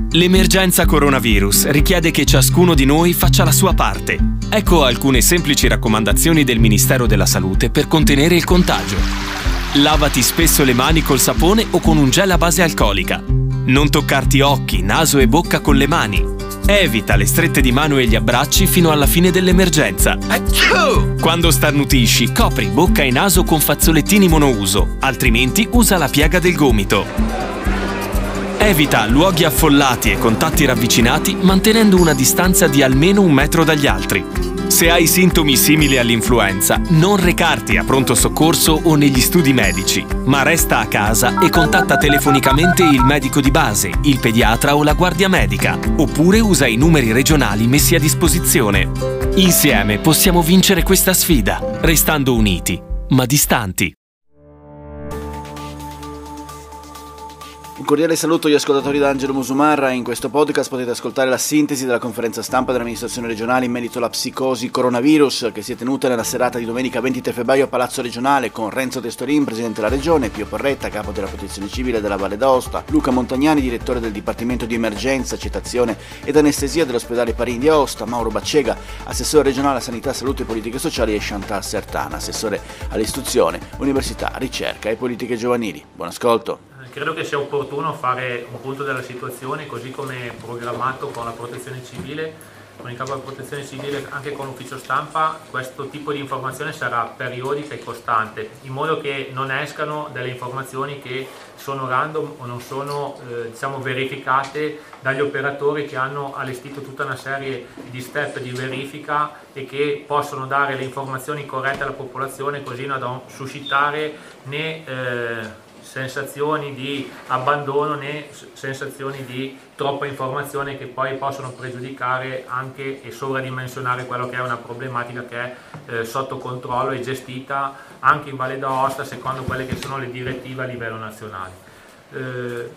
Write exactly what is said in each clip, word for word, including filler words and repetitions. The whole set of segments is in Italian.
L'emergenza coronavirus richiede che ciascuno di noi faccia la sua parte. Ecco alcune semplici raccomandazioni del Ministero della Salute per contenere il contagio. Lavati spesso le mani col sapone o con un gel a base alcolica. Non toccarti occhi, naso e bocca con le mani. Evita le strette di mano e gli abbracci fino alla fine dell'emergenza. Quando starnutisci, copri bocca e naso con fazzolettini monouso, altrimenti usa la piega del gomito. Evita luoghi affollati e contatti ravvicinati mantenendo una distanza di almeno un metro dagli altri. Se hai sintomi simili all'influenza, non recarti a pronto soccorso o negli studi medici, ma resta a casa e contatta telefonicamente il medico di base, il pediatra o la guardia medica, oppure usa i numeri regionali messi a disposizione. Insieme possiamo vincere questa sfida, restando uniti, ma distanti. Un cordiale saluto agli ascoltatori da Angelo Musumarra. In questo podcast potete ascoltare la sintesi della conferenza stampa dell'amministrazione regionale in merito alla psicosi coronavirus che si è tenuta nella serata di domenica ventitré febbraio a Palazzo Regionale con Renzo Testorin, presidente della regione, Pio Porretta, capo della protezione civile della Valle d'Aosta, Luca Montagnani, direttore del Dipartimento di Emergenza, Accettazione ed Anestesia dell'ospedale Parin di Aosta, Mauro Baccega, assessore regionale a Sanità, Salute e Politiche Sociali, e Chantal Sertana, assessore all'istruzione, Università, Ricerca e Politiche Giovanili. Buon ascolto. Credo che sia opportuno fare un punto della situazione, così come programmato con la protezione civile, con il capo della protezione civile, anche con l'ufficio stampa. Questo tipo di informazione sarà periodica e costante, in modo che non escano delle informazioni che sono random o non sono eh, diciamo verificate dagli operatori che hanno allestito tutta una serie di step di verifica e che possono dare le informazioni corrette alla popolazione, così da non suscitare né eh, sensazioni di abbandono né sensazioni di troppa informazione che poi possono pregiudicare anche e sovradimensionare quello che è una problematica che è eh, sotto controllo e gestita anche in Valle d'Aosta secondo quelle che sono le direttive a livello nazionale. Eh,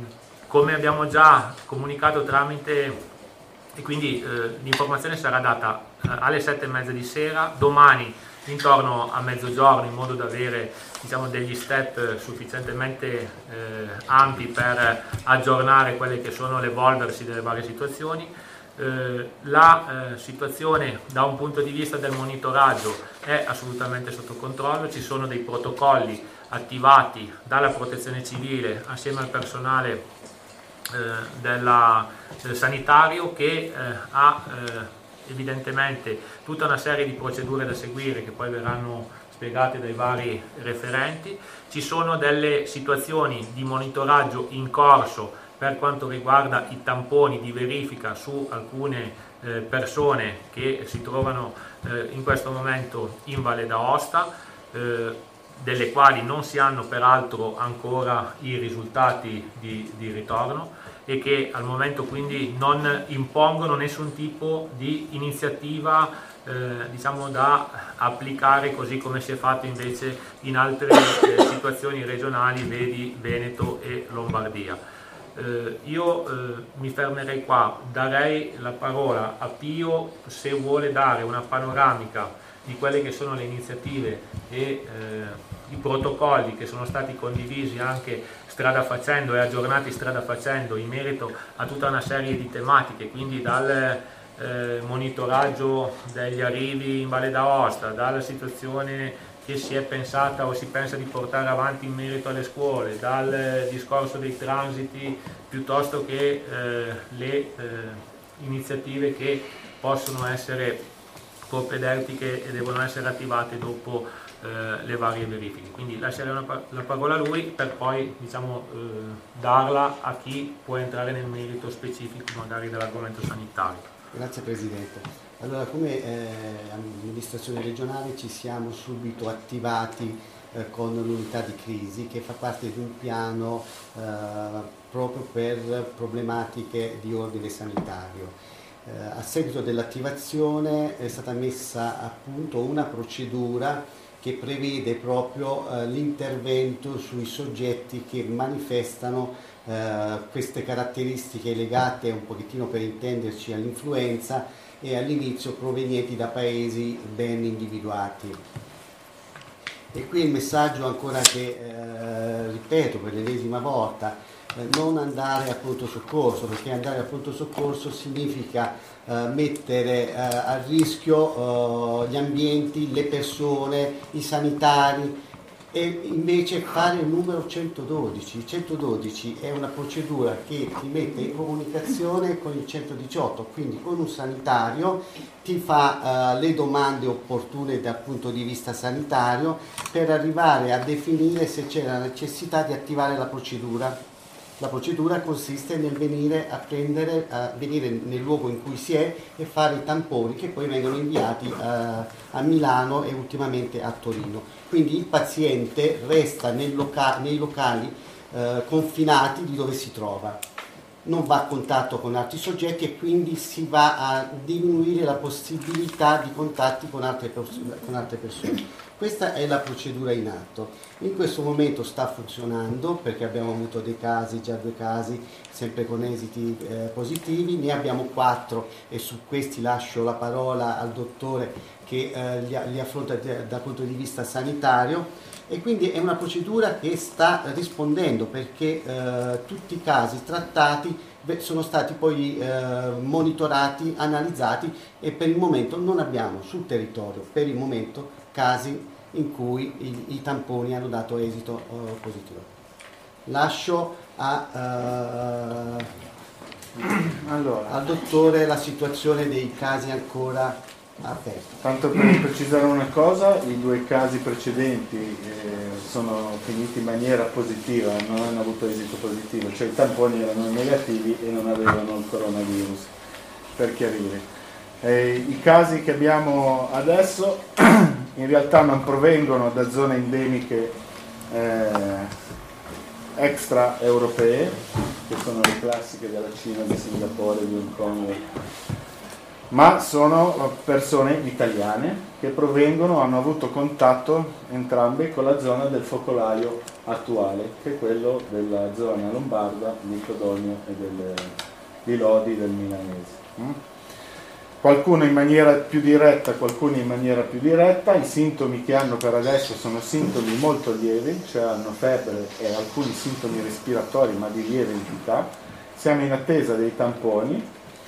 come abbiamo già comunicato tramite, e quindi eh, l'informazione sarà data eh, alle sette e mezza di sera, domani intorno a mezzogiorno, in modo da avere diciamo, degli step sufficientemente eh, ampi per aggiornare quelle che sono l'evolversi delle varie situazioni. Eh, la eh, situazione da un punto di vista del monitoraggio è assolutamente sotto controllo, ci sono dei protocolli attivati dalla protezione civile assieme al personale eh, della, del sanitario che eh, ha eh, evidentemente tutta una serie di procedure da seguire che poi verranno spiegate dai vari referenti. Ci sono delle situazioni di monitoraggio in corso per quanto riguarda i tamponi di verifica su alcune eh, persone che si trovano eh, in questo momento in Valle d'Aosta, eh, delle quali non si hanno peraltro ancora i risultati di, di ritorno e che al momento quindi non impongono nessun tipo di iniziativa eh, diciamo da applicare così come si è fatto invece in altre eh, situazioni regionali, vedi Veneto e Lombardia. Eh, io eh, mi fermerei qua, darei la parola a Pio se vuole dare una panoramica di quelle che sono le iniziative e eh, i protocolli che sono stati condivisi anche strada facendo e aggiornati strada facendo in merito a tutta una serie di tematiche, quindi dal eh, monitoraggio degli arrivi in Valle d'Aosta, dalla situazione che si è pensata o si pensa di portare avanti in merito alle scuole, dal discorso dei transiti piuttosto che eh, le eh, iniziative che possono essere propedeutiche e devono essere attivate dopo eh, le varie verifiche. Quindi lascerei una, la parola a lui per poi diciamo, eh, darla a chi può entrare nel merito specifico magari dell'argomento sanitario. Grazie Presidente. Allora, come eh, amministrazione regionale ci siamo subito attivati eh, con l'unità di crisi che fa parte di un piano eh, proprio per problematiche di ordine sanitario. Eh, a seguito dell'attivazione è stata messa a punto una procedura che prevede proprio eh, l'intervento sui soggetti che manifestano eh, queste caratteristiche legate un pochettino per intenderci all'influenza e all'inizio provenienti da paesi ben individuati. E qui il messaggio ancora che eh, ripeto per l'ennesima volta, eh, non andare al pronto soccorso, perché andare al pronto soccorso significa eh, mettere eh, a rischio eh, gli ambienti, le persone, i sanitari, e invece fare il numero centododici. Il centododici è una procedura che ti mette in comunicazione con il centodiciotto, quindi con un sanitario, ti fa uh, le domande opportune dal punto di vista sanitario per arrivare a definire se c'è la necessità di attivare la procedura. La procedura consiste nel venire a prendere, a venire nel luogo in cui si è e fare i tamponi che poi vengono inviati uh, a Milano e ultimamente a Torino. Quindi il paziente resta nel loca- nei locali uh, confinati di dove si trova, non va a contatto con altri soggetti e quindi si va a diminuire la possibilità di contatti con altre, pers- con altre persone. Questa è la procedura in atto. In questo momento sta funzionando perché abbiamo avuto dei casi, già due casi, sempre con esiti eh, positivi, ne abbiamo quattro e su questi lascio la parola al dottore che eh, li, li affronta d- dal punto di vista sanitario, e quindi è una procedura che sta rispondendo perché eh, tutti i casi trattati sono stati poi eh, monitorati, analizzati e per il momento non abbiamo sul territorio, per il momento, casi in cui i, i tamponi hanno dato esito uh, positivo. Lascio a, uh, allora. al dottore la situazione dei casi ancora aperti. Tanto per precisare una cosa, i due casi precedenti eh, sono finiti in maniera positiva, non hanno avuto esito positivo, cioè i tamponi erano negativi e non avevano il coronavirus, per chiarire. Eh, I casi che abbiamo adesso in realtà non provengono da zone endemiche eh, extraeuropee, che sono le classiche della Cina, di Singapore, di Hong Kong, ma sono persone italiane che provengono, hanno avuto contatto entrambe con la zona del focolaio attuale, che è quello della zona lombarda, di Codogno e del, di Lodi, del milanese. Mm? Qualcuno in maniera più diretta, qualcuno in maniera più diretta. I sintomi che hanno per adesso sono sintomi molto lievi, cioè hanno febbre e alcuni sintomi respiratori ma di lieve entità. Siamo in attesa dei tamponi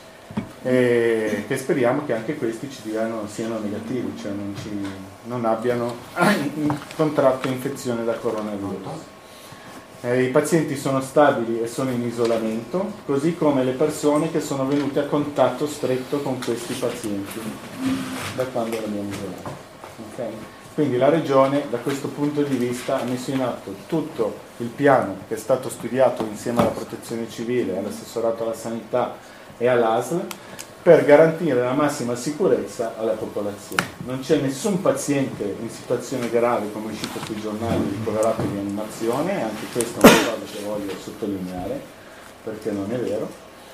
e che speriamo che anche questi ci diano, siano negativi, cioè non, ci, non abbiano contratto infezione da coronavirus. Eh, I pazienti sono stabili e sono in isolamento, così come le persone che sono venute a contatto stretto con questi pazienti da quando li abbiamo isolati. Okay? Quindi la Regione da questo punto di vista ha messo in atto tutto il piano che è stato studiato insieme alla Protezione Civile, all'Assessorato alla Sanità e all'A S L per garantire la massima sicurezza alla popolazione. Non c'è nessun paziente in situazione grave, come è uscito sui giornali, ricoverato in rianimazione, anche questa è una cosa che voglio sottolineare, perché non è vero,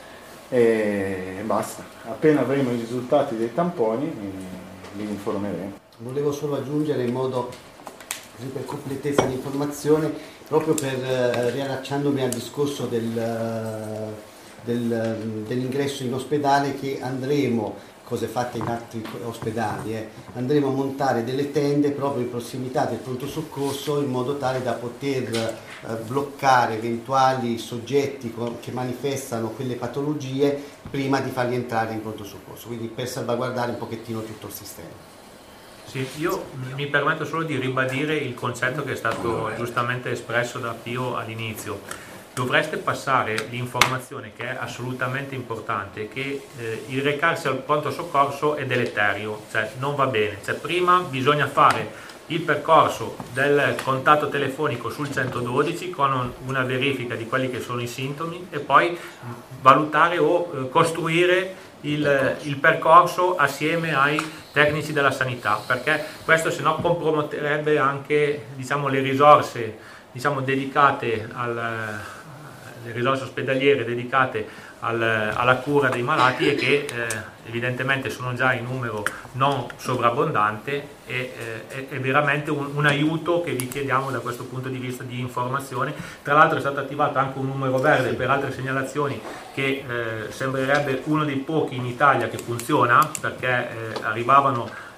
e basta. Appena avremo i risultati dei tamponi li informeremo. Volevo solo aggiungere in modo, così per completezza di informazione, proprio per eh, riallacciandomi al discorso del... Del, dell'ingresso in ospedale, che andremo, cose fatte in altri ospedali, eh, andremo a montare delle tende proprio in prossimità del pronto soccorso in modo tale da poter eh, bloccare eventuali soggetti con, che manifestano quelle patologie prima di farli entrare in pronto soccorso, quindi per salvaguardare un pochettino tutto il sistema. Sì, io mi permetto solo di ribadire il concetto che è stato giustamente espresso da Pio all'inizio. Dovreste passare l'informazione, che è assolutamente importante, che eh, il recarsi al pronto soccorso è deleterio, cioè non va bene. Cioè, prima bisogna fare il percorso del contatto telefonico sul centododici con una verifica di quelli che sono i sintomi e poi valutare o eh, costruire il, il percorso assieme ai tecnici della sanità, perché questo se no comprometterebbe anche, diciamo, le risorse, diciamo, dedicate al le risorse ospedaliere dedicate al, alla cura dei malati e che eh, evidentemente sono già in numero non sovrabbondante e eh, è veramente un, un aiuto che vi chiediamo da questo punto di vista di informazione. Tra l'altro è stato attivato anche un numero verde per altre segnalazioni che eh, sembrerebbe uno dei pochi in Italia che funziona, perché eh, arrivavano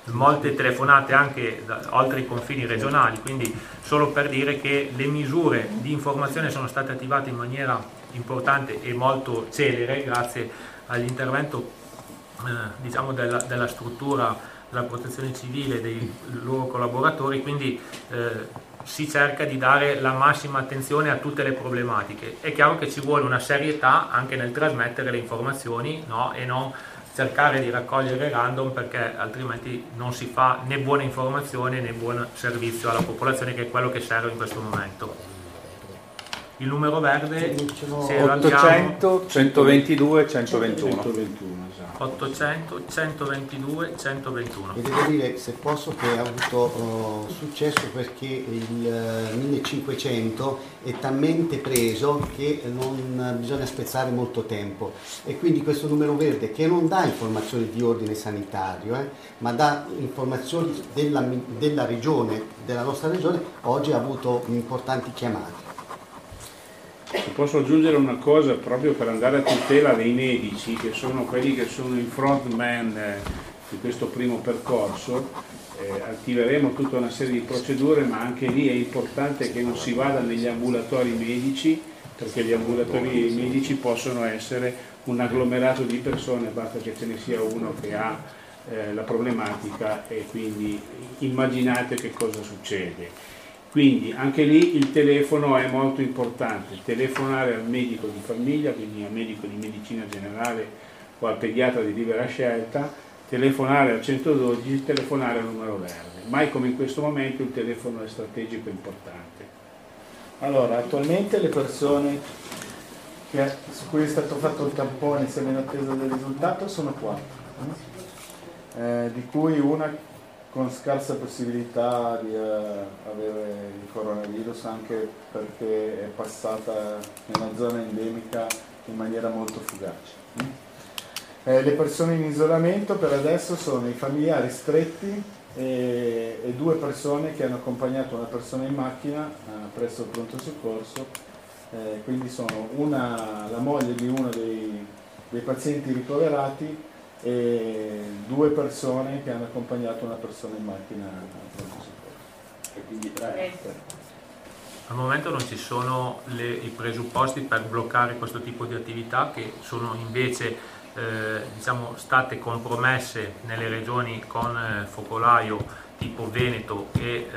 molte telefonate anche da, oltre i confini regionali, quindi solo per dire che le misure di informazione sono state attivate in maniera importante e molto celere grazie all'intervento eh, diciamo della, della struttura della protezione civile e dei loro collaboratori, quindi eh, si cerca di dare la massima attenzione a tutte le problematiche. È chiaro che ci vuole una serietà anche nel trasmettere le informazioni, no? E non cercare di raccogliere random, perché altrimenti non si fa né buona informazione né buon servizio alla popolazione, che è quello che serve in questo momento. Il numero verde se ottocento centoventidue centoventuno ottocento centoventidue centoventuno. E devo dire, se posso, che ha avuto uh, successo perché il uh, millecinquecento è talmente preso che non bisogna spezzare molto tempo, e quindi questo numero verde, che non dà informazioni di ordine sanitario eh, ma dà informazioni della, della regione, della nostra regione, oggi ha avuto importanti chiamate. Se posso aggiungere una cosa, proprio per andare a tutela dei medici, che sono quelli che sono i frontman eh, di questo primo percorso, eh, attiveremo tutta una serie di procedure, ma anche lì è importante che non si vada negli ambulatori medici, perché gli ambulatori medici possono essere un agglomerato di persone, basta che ce ne sia uno che ha eh, la problematica, e quindi immaginate che cosa succede. Quindi anche lì il telefono è molto importante, telefonare al medico di famiglia, quindi al medico di medicina generale o al pediatra di libera scelta, telefonare al centododici, telefonare al numero verde. Mai come in questo momento il telefono è strategico e importante. Allora, attualmente le persone che, su cui è stato fatto il tampone, siamo in attesa del risultato, sono quattro, eh, di cui una con scarsa possibilità di uh, avere il coronavirus, anche perché è passata nella zona endemica in maniera molto fugace. Eh, le persone in isolamento per adesso sono i familiari stretti e, e due persone che hanno accompagnato una persona in macchina uh, presso il pronto soccorso, eh, quindi sono una, la moglie di uno dei, dei pazienti ricoverati e due persone che hanno accompagnato una persona in macchina al pronto soccorso. E quindi tre. Al momento non ci sono le, i presupposti per bloccare questo tipo di attività, che sono invece eh, diciamo, state compromesse nelle regioni con eh, focolaio tipo Veneto e,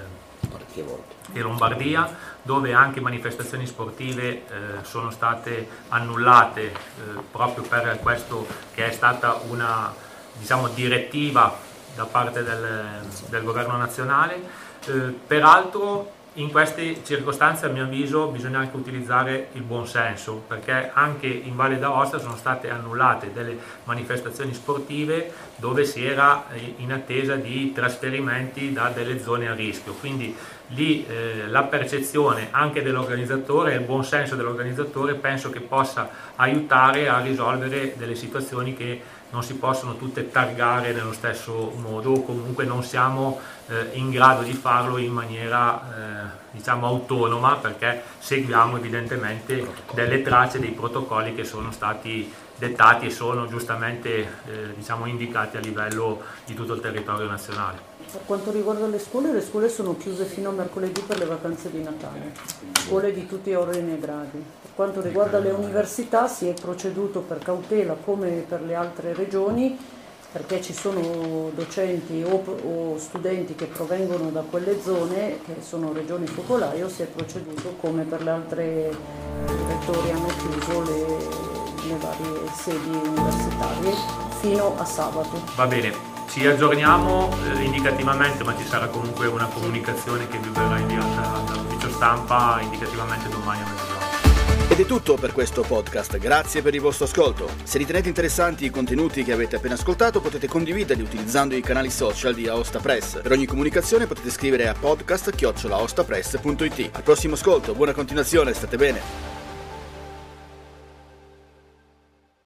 eh, e Lombardia, dove anche manifestazioni sportive eh, sono state annullate eh, proprio per questo, che è stata una diciamo, direttiva da parte del, del governo nazionale. Eh, peraltro in queste circostanze, a mio avviso, bisogna anche utilizzare il buon senso, perché anche in Valle d'Aosta sono state annullate delle manifestazioni sportive dove si era in attesa di trasferimenti da delle zone a rischio. Quindi lì eh, la percezione anche dell'organizzatore e il buon senso dell'organizzatore penso che possa aiutare a risolvere delle situazioni che non si possono tutte targare nello stesso modo, o comunque non siamo eh, in grado di farlo in maniera eh, diciamo autonoma, perché seguiamo evidentemente delle tracce dei protocolli che sono stati dettati e sono giustamente eh, diciamo indicati a livello di tutto il territorio nazionale. Per quanto riguarda le scuole, le scuole sono chiuse fino a mercoledì per le vacanze di Natale, scuole di tutti gli ordini e gradi. Per quanto riguarda le università si è proceduto per cautela come per le altre regioni, perché ci sono docenti o, o studenti che provengono da quelle zone che sono regioni focolaio, si è proceduto come per le altre. I rettori hanno chiuso le, le varie sedi universitarie fino a sabato. Va bene, ci aggiorniamo eh, indicativamente, ma ci sarà comunque una comunicazione che vi verrà inviata dall'ufficio stampa indicativamente domani a mezzogiorno. Ed è tutto per questo podcast, grazie per il vostro ascolto. Se ritenete interessanti i contenuti che avete appena ascoltato, potete condividerli utilizzando i canali social di Aosta Press. Per ogni comunicazione potete scrivere a podcast chiocciola aostapress punto it. Al prossimo ascolto, buona continuazione, state bene!